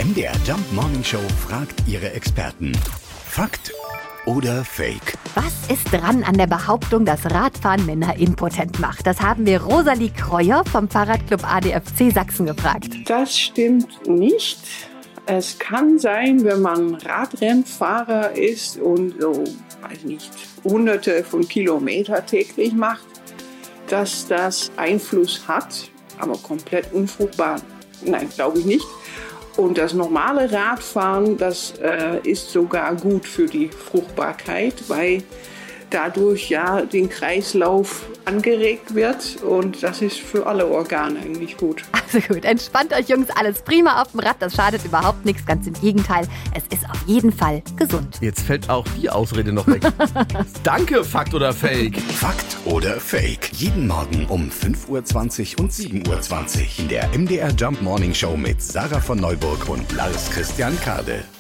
MDR Jump Morning Show fragt ihre Experten. Fakt oder Fake? Was ist dran an der Behauptung, dass Radfahren Männer impotent macht? Das haben wir Rosalie Kreuer vom Fahrradclub ADFC Sachsen gefragt. Das stimmt nicht. Es kann sein, wenn man Radrennfahrer ist und so, weiß nicht, hunderte von Kilometern täglich macht, dass das Einfluss hat, aber komplett unfruchtbar. Nein, glaube ich nicht. Und das normale Radfahren, das ist sogar gut für die Fruchtbarkeit, weil dadurch ja den Kreislauf angeregt wird und das ist für alle Organe eigentlich gut. Also gut, entspannt euch Jungs, alles prima auf dem Rad, das schadet überhaupt nichts, ganz im Gegenteil. Es ist auf jeden Fall gesund. Jetzt fällt auch die Ausrede noch weg. Danke, Fakt oder Fake? Fakt oder Fake? Jeden Morgen um 5.20 Uhr und 7.20 Uhr in der MDR Jump Morning Show mit Sarah von Neuburg und Lars Christian Kade.